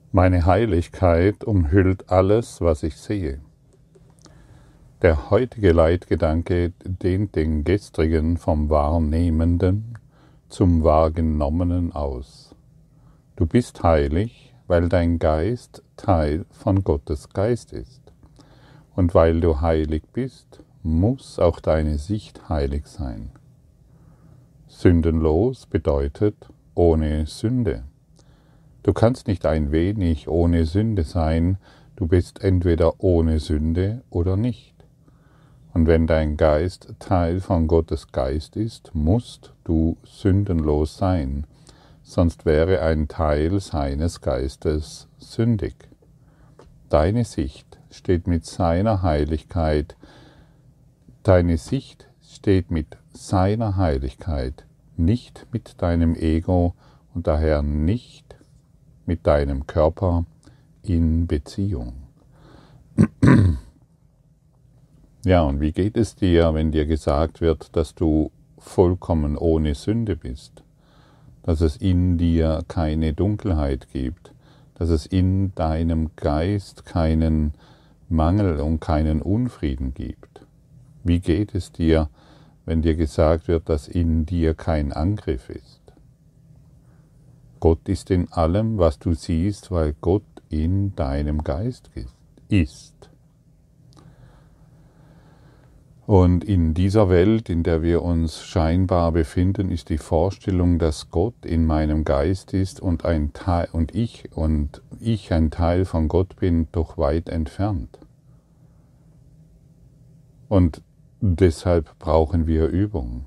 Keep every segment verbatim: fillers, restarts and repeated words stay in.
Meine Heiligkeit umhüllt alles, was ich sehe. Der heutige Leitgedanke dehnt den gestrigen vom Wahrnehmenden zum Wahrgenommenen aus. Du bist heilig, weil dein Geist Teil von Gottes Geist ist. Und weil du heilig bist, muss auch deine Sicht heilig sein. Sündenlos bedeutet ohne Sünde. Du kannst nicht ein wenig ohne Sünde sein, du bist entweder ohne Sünde oder nicht. Und wenn dein Geist Teil von Gottes Geist ist, musst du sündenlos sein, sonst wäre ein Teil seines Geistes sündig. Deine Sicht steht mit seiner Heiligkeit, deine Sicht steht mit seiner Heiligkeit, nicht mit deinem Ego und daher nicht mit deinem Körper in Beziehung. Ja, und wie geht es dir, wenn dir gesagt wird, dass du vollkommen ohne Sünde bist, dass es in dir keine Dunkelheit gibt, dass es in deinem Geist keinen Mangel und keinen Unfrieden gibt? Wie geht es dir, wenn dir gesagt wird, dass in dir kein Angriff ist? Gott ist in allem, was du siehst, weil Gott in deinem Geist ist. Und in dieser Welt, in der wir uns scheinbar befinden, ist die Vorstellung, dass Gott in meinem Geist ist und, ein Teil, und, ich, und ich ein Teil von Gott bin, doch weit entfernt. Und deshalb brauchen wir Übung.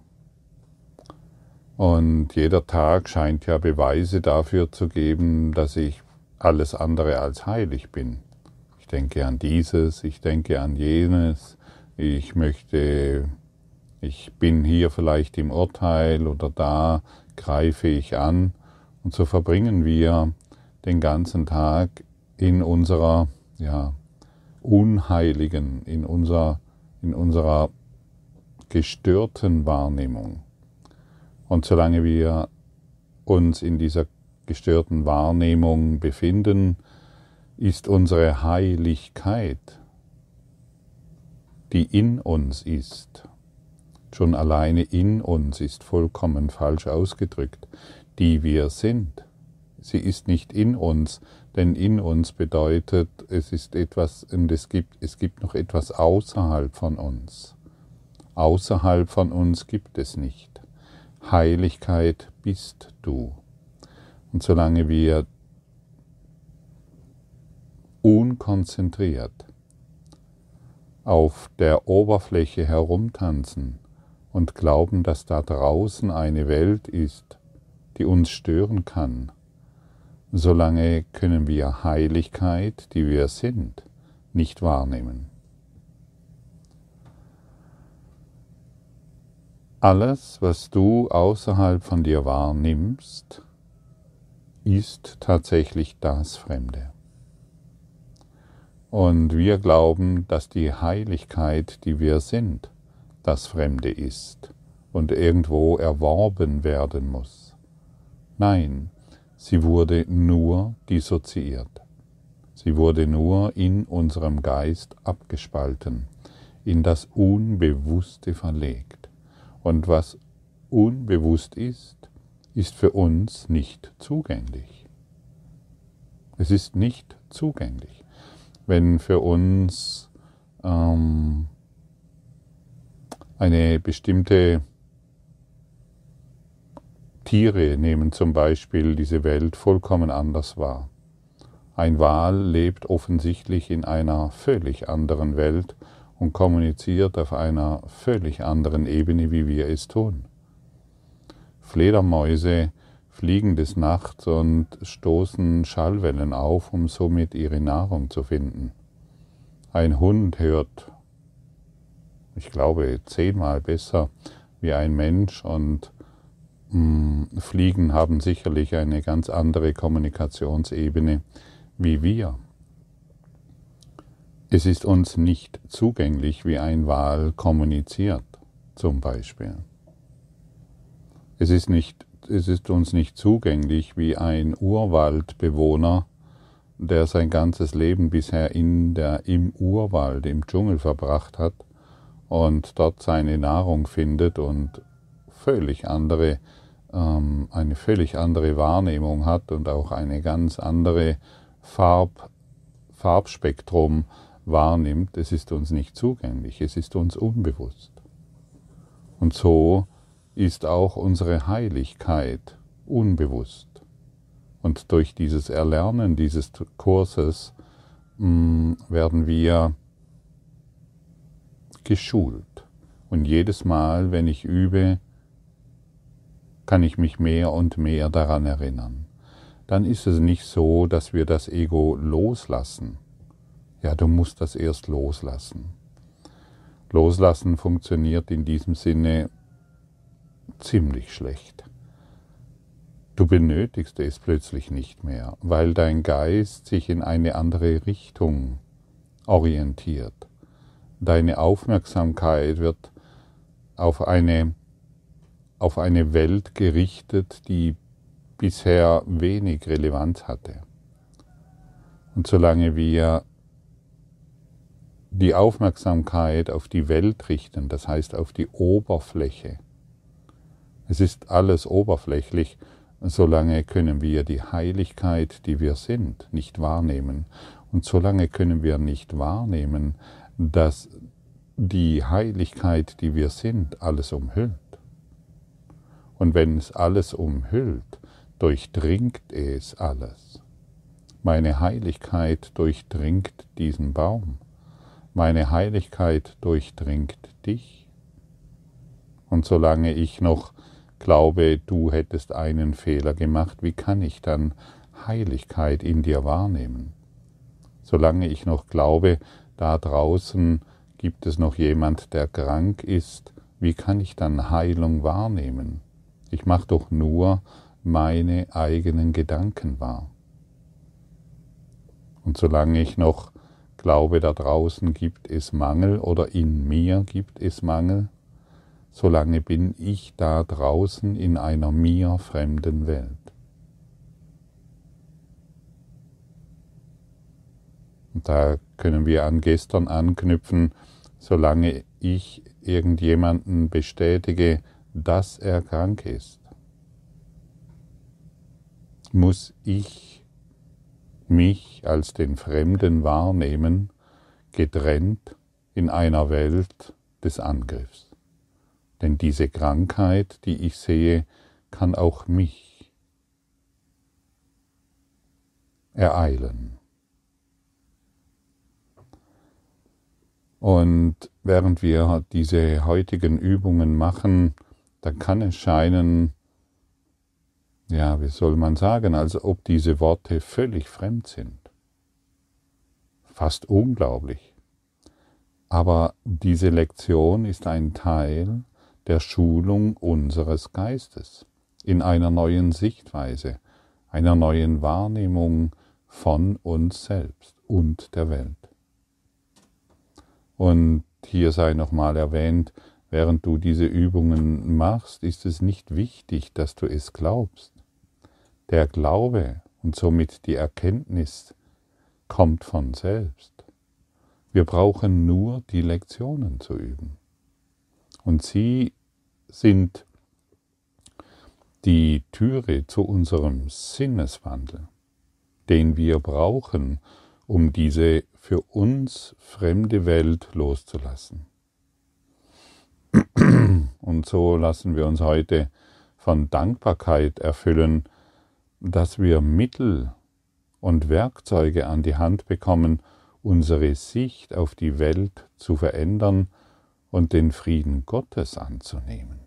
Und jeder Tag scheint ja Beweise dafür zu geben, dass ich alles andere als heilig bin. Ich denke an dieses, ich denke an jenes, ich möchte, ich bin hier vielleicht im Urteil oder da greife ich an. Und so verbringen wir den ganzen Tag in unserer ja, unheiligen, in, unser, in unserer gestörten Wahrnehmung. Und solange wir uns in dieser gestörten Wahrnehmung befinden, ist unsere Heiligkeit, die in uns ist, schon alleine in uns ist vollkommen falsch ausgedrückt, die wir sind. Sie ist nicht in uns, denn in uns bedeutet, es ist etwas und es gibt, es gibt noch etwas außerhalb von uns. Außerhalb von uns gibt es nicht. Heiligkeit bist du. Und solange wir unkonzentriert auf der Oberfläche herumtanzen und glauben, dass da draußen eine Welt ist, die uns stören kann, solange können wir Heiligkeit, die wir sind, nicht wahrnehmen. Alles, was du außerhalb von dir wahrnimmst, ist tatsächlich das Fremde. Und wir glauben, dass die Heiligkeit, die wir sind, das Fremde ist und irgendwo erworben werden muss. Nein, sie wurde nur dissoziiert. Sie wurde nur in unserem Geist abgespalten, in das Unbewusste verlegt. Und was unbewusst ist, ist für uns nicht zugänglich. Es ist nicht zugänglich. Wenn für uns ähm, eine bestimmte Tiere nehmen zum Beispiel diese Welt vollkommen anders wahr. Ein Wal lebt offensichtlich in einer völlig anderen Welt und kommuniziert auf einer völlig anderen Ebene, wie wir es tun. Fledermäuse fliegen des Nachts und stoßen Schallwellen auf, um somit ihre Nahrung zu finden. Ein Hund hört, ich glaube, zehnmal besser wie ein Mensch und mh, Fliegen haben sicherlich eine ganz andere Kommunikationsebene wie wir. Es ist uns nicht zugänglich, wie ein Wal kommuniziert, zum Beispiel. Es ist, nicht, es ist uns nicht zugänglich, wie ein Urwaldbewohner der sein ganzes Leben bisher in der, im Urwald, im Dschungel verbracht hat und dort seine Nahrung findet und völlig andere, ähm, eine völlig andere Wahrnehmung hat und auch eine ganz andere Farb, Farbspektrum wahrnimmt, es ist uns nicht zugänglich, es ist uns unbewusst. Und so ist auch unsere Heiligkeit unbewusst. Und durch dieses Erlernen dieses Kurses mh, werden wir geschult. Und jedes Mal, wenn ich übe, kann ich mich mehr und mehr daran erinnern. Dann ist es nicht so, dass wir das Ego loslassen. Ja, du musst das erst loslassen. Loslassen funktioniert in diesem Sinne ziemlich schlecht. Du benötigst es plötzlich nicht mehr, weil dein Geist sich in eine andere Richtung orientiert. Deine Aufmerksamkeit wird auf eine, auf eine Welt gerichtet, die bisher wenig Relevanz hatte. Und solange wir die Aufmerksamkeit auf die Welt richten, das heißt auf die Oberfläche, es ist alles oberflächlich, solange können wir die Heiligkeit, die wir sind, nicht wahrnehmen. Und solange können wir nicht wahrnehmen, dass die Heiligkeit, die wir sind, alles umhüllt. Und wenn es alles umhüllt, durchdringt es alles. Meine Heiligkeit durchdringt diesen Baum. Meine Heiligkeit durchdringt dich. Und solange ich noch glaube, du hättest einen Fehler gemacht, wie kann ich dann Heiligkeit in dir wahrnehmen? Solange ich noch glaube, da draußen gibt es noch jemand, der krank ist, wie kann ich dann Heilung wahrnehmen? Ich mache doch nur meine eigenen Gedanken wahr. Und solange ich noch glaube, da draußen gibt es Mangel oder in mir gibt es Mangel, solange bin ich da draußen in einer mir fremden Welt. Und da können wir an gestern anknüpfen, solange ich irgendjemanden bestätige, dass er krank ist, muss ich mich als den Fremden wahrnehmen, getrennt in einer Welt des Angriffs. Denn diese Krankheit, die ich sehe, kann auch mich ereilen. Und während wir diese heutigen Übungen machen, dann kann es scheinen, ja, wie soll man sagen, als ob diese Worte völlig fremd sind. Fast unglaublich. Aber diese Lektion ist ein Teil der Schulung unseres Geistes in einer neuen Sichtweise, einer neuen Wahrnehmung von uns selbst und der Welt. Und hier sei nochmal erwähnt, während du diese Übungen machst, ist es nicht wichtig, dass du es glaubst. Der Glaube und somit die Erkenntnis kommt von selbst. Wir brauchen nur die Lektionen zu üben. Und sie sind die Türe zu unserem Sinneswandel, den wir brauchen, um diese für uns fremde Welt loszulassen. Und so lassen wir uns heute von Dankbarkeit erfüllen, dass wir Mittel und Werkzeuge an die Hand bekommen, unsere Sicht auf die Welt zu verändern und den Frieden Gottes anzunehmen.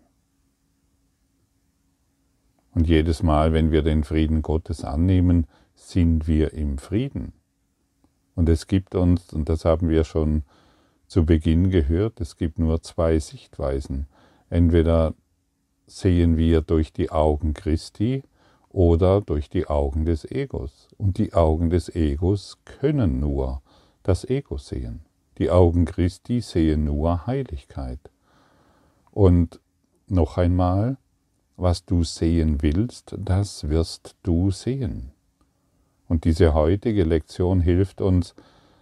Und jedes Mal, wenn wir den Frieden Gottes annehmen, sind wir im Frieden. Und es gibt uns, und das haben wir schon zu Beginn gehört, es gibt nur zwei Sichtweisen. Entweder sehen wir durch die Augen Christi oder durch die Augen des Egos. Und die Augen des Egos können nur das Ego sehen. Die Augen Christi sehen nur Heiligkeit. Und noch einmal, was du sehen willst, das wirst du sehen. Und diese heutige Lektion hilft uns,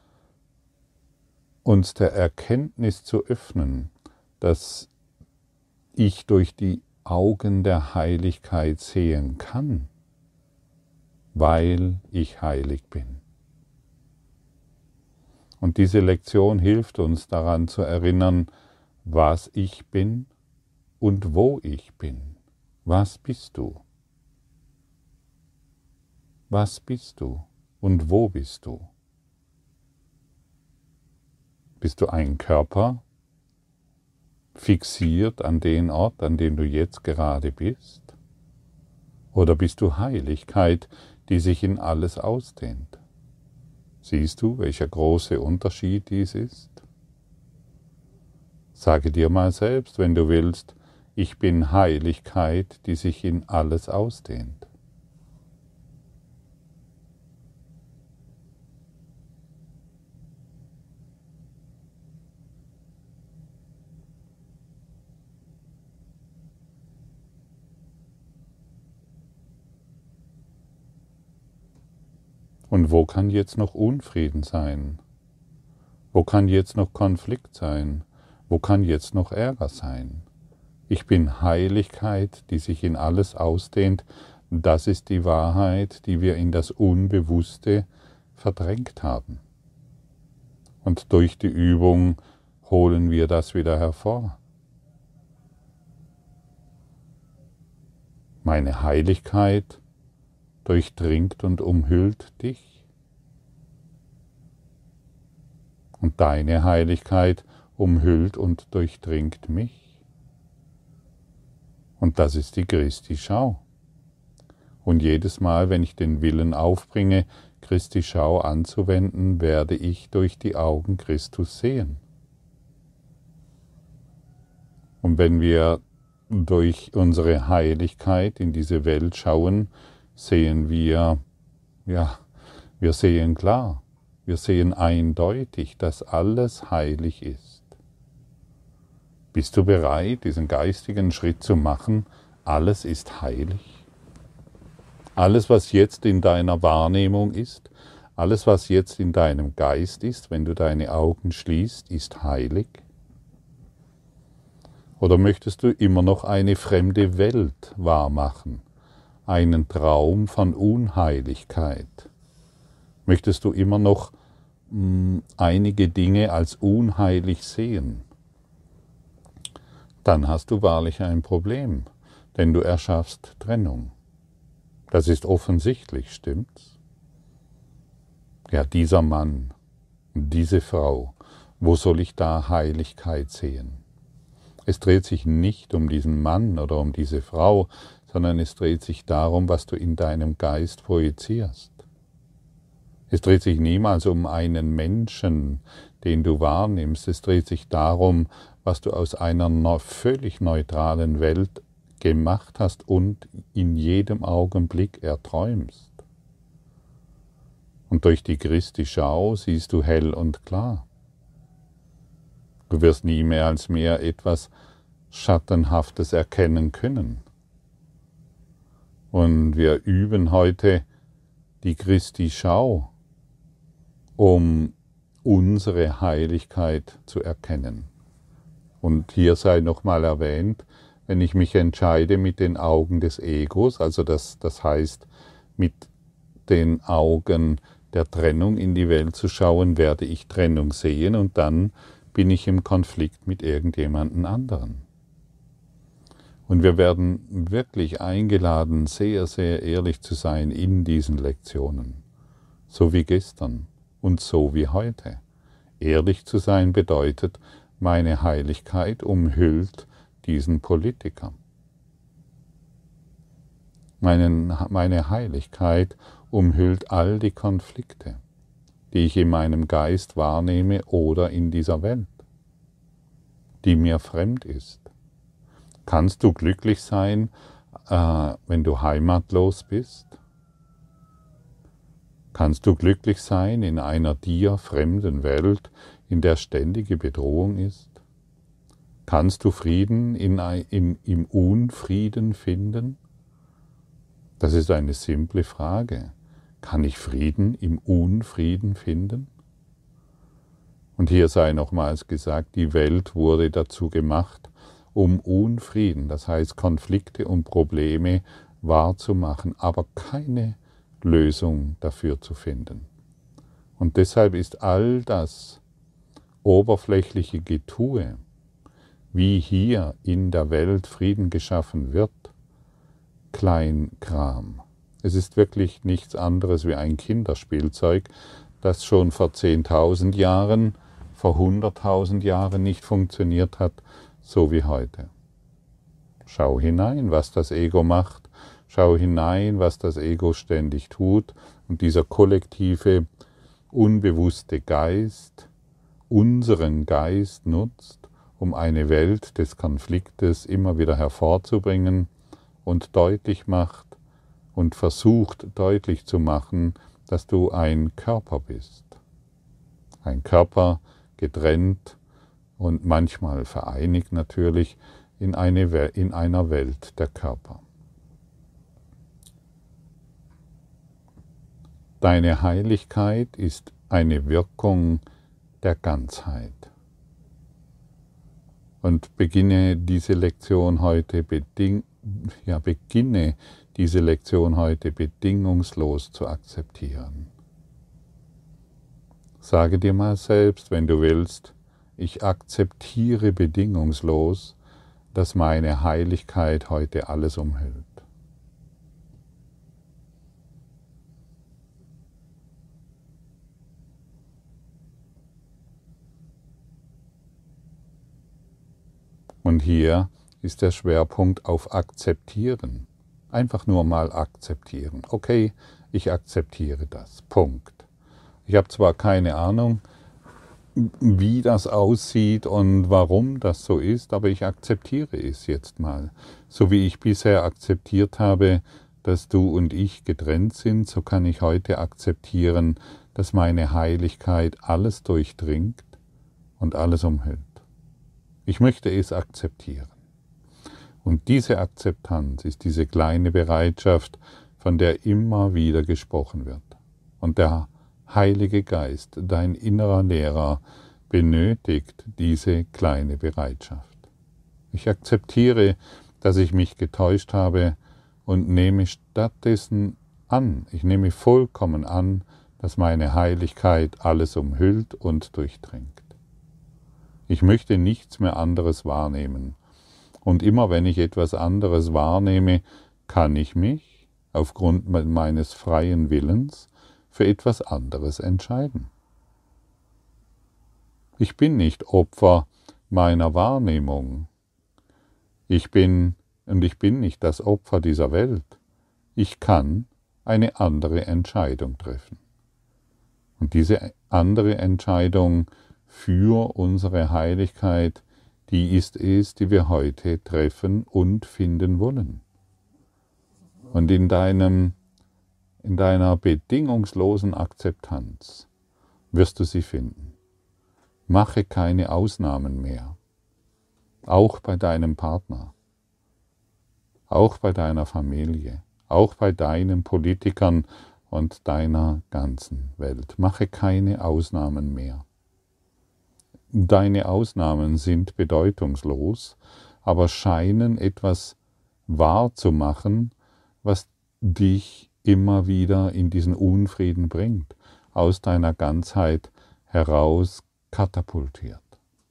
uns der Erkenntnis zu öffnen, dass ich durch die Augen der Heiligkeit sehen kann, weil ich heilig bin. Und diese Lektion hilft uns daran zu erinnern, was ich bin und wo ich bin. Was bist du? Was bist du und wo bist du? Bist du ein Körper, fixiert an den Ort, an dem du jetzt gerade bist? Oder bist du Heiligkeit, die sich in alles ausdehnt? Siehst du, welcher große Unterschied dies ist? Sage dir mal selbst, wenn du willst, ich bin Heiligkeit, die sich in alles ausdehnt. Und wo kann jetzt noch Unfrieden sein? Wo kann jetzt noch Konflikt sein? Wo kann jetzt noch Ärger sein? Ich bin Heiligkeit, die sich in alles ausdehnt. Das ist die Wahrheit, die wir in das Unbewusste verdrängt haben. Und durch die Übung holen wir das wieder hervor. Meine Heiligkeit durchdringt und umhüllt dich. Und deine Heiligkeit umhüllt und durchdringt mich. Und das ist die Christi Schau. Und jedes Mal, wenn ich den Willen aufbringe, Christi Schau anzuwenden, werde ich durch die Augen Christus sehen. Und wenn wir durch unsere Heiligkeit in diese Welt schauen, sehen wir, ja, wir sehen klar, wir sehen eindeutig, dass alles heilig ist. Bist du bereit, diesen geistigen Schritt zu machen? Alles ist heilig. Alles, was jetzt in deiner Wahrnehmung ist, alles, was jetzt in deinem Geist ist, wenn du deine Augen schließt, ist heilig. Oder möchtest du immer noch eine fremde Welt wahrmachen? Einen Traum von Unheiligkeit? Möchtest du immer noch mh, einige Dinge als unheilig sehen? Dann hast du wahrlich ein Problem, denn du erschaffst Trennung. Das ist offensichtlich, stimmt's? Ja, dieser Mann, diese Frau, wo soll ich da Heiligkeit sehen? Es dreht sich nicht um diesen Mann oder um diese Frau, sondern es dreht sich darum, was du in deinem Geist projizierst. Es dreht sich niemals um einen Menschen, den du wahrnimmst. Es dreht sich darum, was du aus einer völlig neutralen Welt gemacht hast und in jedem Augenblick erträumst. Und durch die Christi Schau siehst du hell und klar. Du wirst nie mehr als mehr etwas Schattenhaftes erkennen können. Und wir üben heute die Christi Schau, um unsere Heiligkeit zu erkennen. Und hier sei nochmal erwähnt, wenn ich mich entscheide mit den Augen des Egos, also das, das heißt mit den Augen der Trennung in die Welt zu schauen, werde ich Trennung sehen und dann bin ich im Konflikt mit irgendjemandem anderen. Und wir werden wirklich eingeladen, sehr, sehr ehrlich zu sein in diesen Lektionen, so wie gestern und so wie heute. Ehrlich zu sein bedeutet, meine Heiligkeit umhüllt diesen Politiker. Meinen, meine Heiligkeit umhüllt all die Konflikte, die ich in meinem Geist wahrnehme oder in dieser Welt, die mir fremd ist. Kannst du glücklich sein, äh, wenn du heimatlos bist? Kannst du glücklich sein in einer dir fremden Welt, in der ständige Bedrohung ist? Kannst du Frieden in, in, im Unfrieden finden? Das ist eine simple Frage. Kann ich Frieden im Unfrieden finden? Und hier sei nochmals gesagt, die Welt wurde dazu gemacht, um Unfrieden, das heißt Konflikte und Probleme wahrzumachen, aber keine Lösung dafür zu finden. Und deshalb ist all das oberflächliche Getue, wie hier in der Welt Frieden geschaffen wird, Kleinkram. Es ist wirklich nichts anderes wie ein Kinderspielzeug, das schon vor zehntausend Jahren, vor hunderttausend Jahren nicht funktioniert hat, so wie heute. Schau hinein, was das Ego macht, schau hinein, was das Ego ständig tut und dieser kollektive, unbewusste Geist unseren Geist nutzt, um eine Welt des Konfliktes immer wieder hervorzubringen und deutlich macht und versucht deutlich zu machen, dass du ein Körper bist. Ein Körper getrennt und manchmal vereinigt natürlich in, eine, in einer Welt der Körper. Deine Heiligkeit ist eine Wirkung der Ganzheit. Und beginne diese Lektion heute beding, ja, beginne diese Lektion heute bedingungslos zu akzeptieren. Sage dir mal selbst, wenn du willst, ich akzeptiere bedingungslos, dass meine Heiligkeit heute alles umhüllt. Und hier ist der Schwerpunkt auf Akzeptieren. Einfach nur mal akzeptieren. Okay, ich akzeptiere das. Punkt. Ich habe zwar keine Ahnung, wie das aussieht und warum das so ist, aber ich akzeptiere es jetzt mal. So wie ich bisher akzeptiert habe, dass du und ich getrennt sind, so kann ich heute akzeptieren, dass meine Heiligkeit alles durchdringt und alles umhüllt. Ich möchte es akzeptieren. Und diese Akzeptanz ist diese kleine Bereitschaft, von der immer wieder gesprochen wird. Und der Heilige Geist, dein innerer Lehrer, benötigt diese kleine Bereitschaft. Ich akzeptiere, dass ich mich getäuscht habe und nehme stattdessen an, ich nehme vollkommen an, dass meine Heiligkeit alles umhüllt und durchdringt. Ich möchte nichts mehr anderes wahrnehmen. Und immer wenn ich etwas anderes wahrnehme, kann ich mich aufgrund meines freien Willens für etwas anderes entscheiden. Ich bin nicht Opfer meiner Wahrnehmung. Ich bin, und ich bin nicht das Opfer dieser Welt. Ich kann eine andere Entscheidung treffen. Und diese andere Entscheidung für unsere Heiligkeit, die ist es, die wir heute treffen und finden wollen. Und in deinem, in deiner bedingungslosen Akzeptanz wirst du sie finden. Mache keine Ausnahmen mehr, auch bei deinem Partner, auch bei deiner Familie, auch bei deinen Politikern und deiner ganzen Welt. Mache keine Ausnahmen mehr. Deine Ausnahmen sind bedeutungslos, aber scheinen etwas wahrzumachen, was dich immer wieder in diesen Unfrieden bringt, aus deiner Ganzheit heraus katapultiert.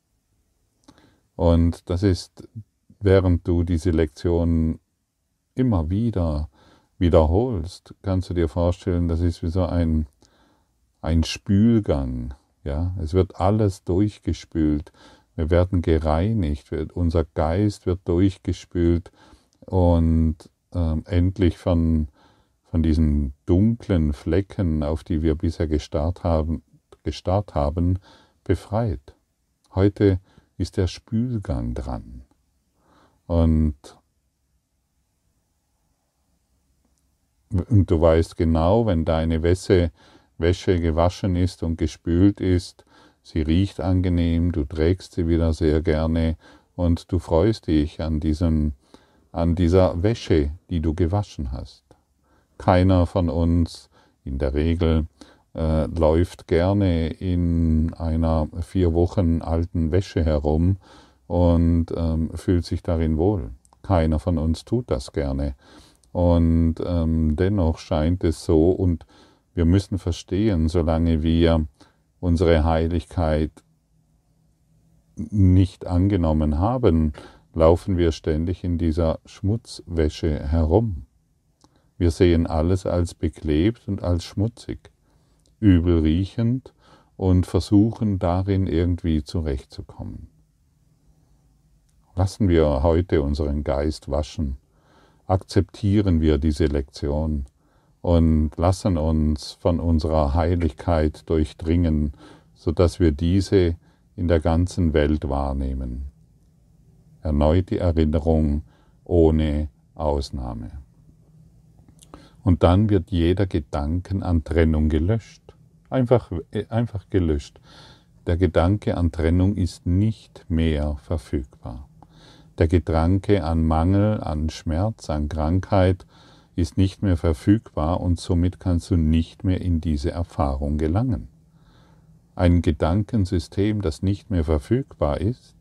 Und das ist, während du diese Lektion immer wieder wiederholst, kannst du dir vorstellen, das ist wie so ein, ein Spülgang. Ja, es wird alles durchgespült, wir werden gereinigt, wird, unser Geist wird durchgespült und äh, endlich von, von diesen dunklen Flecken, auf die wir bisher gestarrt haben, gestarrt haben, befreit. Heute ist der Spülgang dran. Und, und du weißt genau, wenn deine Wäsche Wäsche gewaschen ist und gespült ist, sie riecht angenehm, du trägst sie wieder sehr gerne und du freust dich an, diesem, an dieser Wäsche, die du gewaschen hast. Keiner von uns in der Regel äh, läuft gerne in einer vier Wochen alten Wäsche herum und ähm, fühlt sich darin wohl. Keiner von uns tut das gerne. Und ähm, dennoch scheint es so, und wir müssen verstehen, solange wir unsere Heiligkeit nicht angenommen haben, laufen wir ständig in dieser Schmutzwäsche herum. Wir sehen alles als beklebt und als schmutzig, übel riechend und versuchen darin irgendwie zurechtzukommen. Lassen wir heute unseren Geist waschen, akzeptieren wir diese Lektion und lassen uns von unserer Heiligkeit durchdringen, sodass wir diese in der ganzen Welt wahrnehmen. Erneut die Erinnerung ohne Ausnahme. Und dann wird jeder Gedanken an Trennung gelöscht. Einfach, einfach gelöscht. Der Gedanke an Trennung ist nicht mehr verfügbar. Der Gedanke an Mangel, an Schmerz, an Krankheit ist nicht mehr verfügbar und somit kannst du nicht mehr in diese Erfahrung gelangen. Ein Gedankensystem, das nicht mehr verfügbar ist,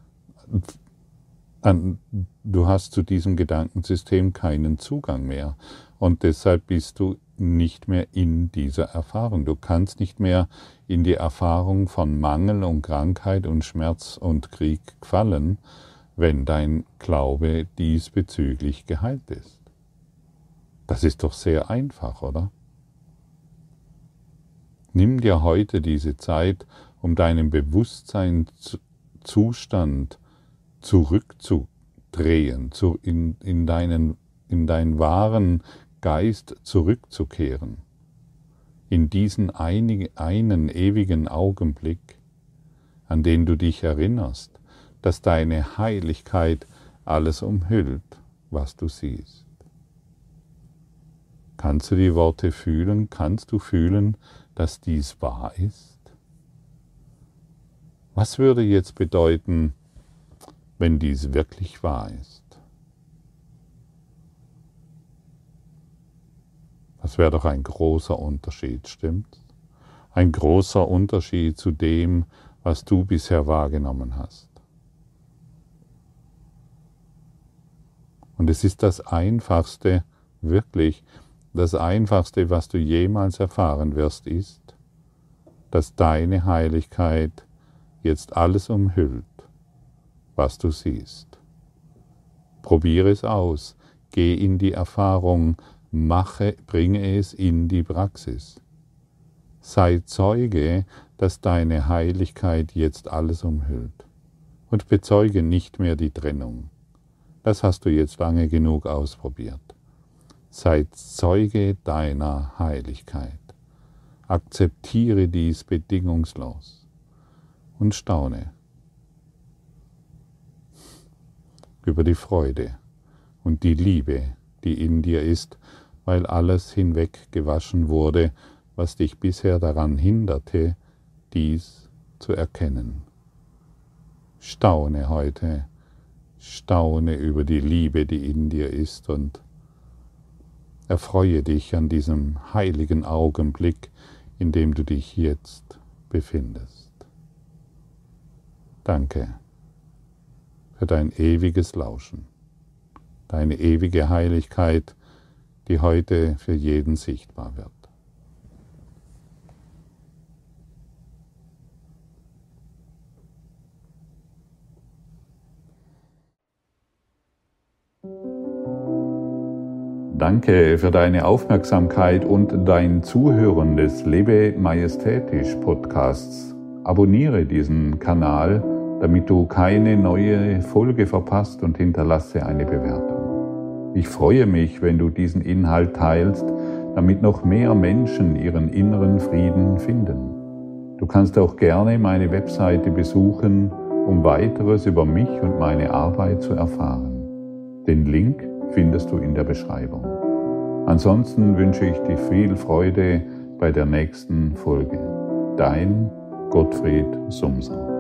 du hast zu diesem Gedankensystem keinen Zugang mehr und deshalb bist du nicht mehr in dieser Erfahrung. Du kannst nicht mehr in die Erfahrung von Mangel und Krankheit und Schmerz und Krieg fallen, wenn dein Glaube diesbezüglich geheilt ist. Das ist doch sehr einfach, oder? Nimm dir heute diese Zeit, um deinen Bewusstseinszustand zurückzudrehen, zu, in, in, deinen, in deinen wahren Geist zurückzukehren. In diesen einigen, einen ewigen Augenblick, an den du dich erinnerst, dass deine Heiligkeit alles umhüllt, was du siehst. Kannst du die Worte fühlen? Kannst du fühlen, dass dies wahr ist? Was würde jetzt bedeuten, wenn dies wirklich wahr ist? Das wäre doch ein großer Unterschied, stimmt's? Ein großer Unterschied zu dem, was du bisher wahrgenommen hast. Und es ist das Einfachste, wirklich das Einfachste, was du jemals erfahren wirst, ist, dass deine Heiligkeit jetzt alles umhüllt, was du siehst. Probiere es aus, geh in die Erfahrung, mache, bringe es in die Praxis. Sei Zeuge, dass deine Heiligkeit jetzt alles umhüllt und bezeuge nicht mehr die Trennung. Das hast du jetzt lange genug ausprobiert. Sei Zeuge deiner Heiligkeit. Akzeptiere dies bedingungslos und staune über die Freude und die Liebe, die in dir ist, weil alles hinweggewaschen wurde, was dich bisher daran hinderte, dies zu erkennen. Staune heute, staune über die Liebe, die in dir ist und erfreue dich an diesem heiligen Augenblick, in dem du dich jetzt befindest. Danke für dein ewiges Lauschen, deine ewige Heiligkeit, die heute für jeden sichtbar wird. Danke für deine Aufmerksamkeit und dein Zuhören des Lebe Majestätisch Podcasts. Abonniere diesen Kanal, damit du keine neue Folge verpasst, und hinterlasse eine Bewertung. Ich freue mich, wenn du diesen Inhalt teilst, damit noch mehr Menschen ihren inneren Frieden finden. Du kannst auch gerne meine Webseite besuchen, um weiteres über mich und meine Arbeit zu erfahren. Den Link findest du in der Beschreibung. Ansonsten wünsche ich dir viel Freude bei der nächsten Folge. Dein Gottfried Sumser.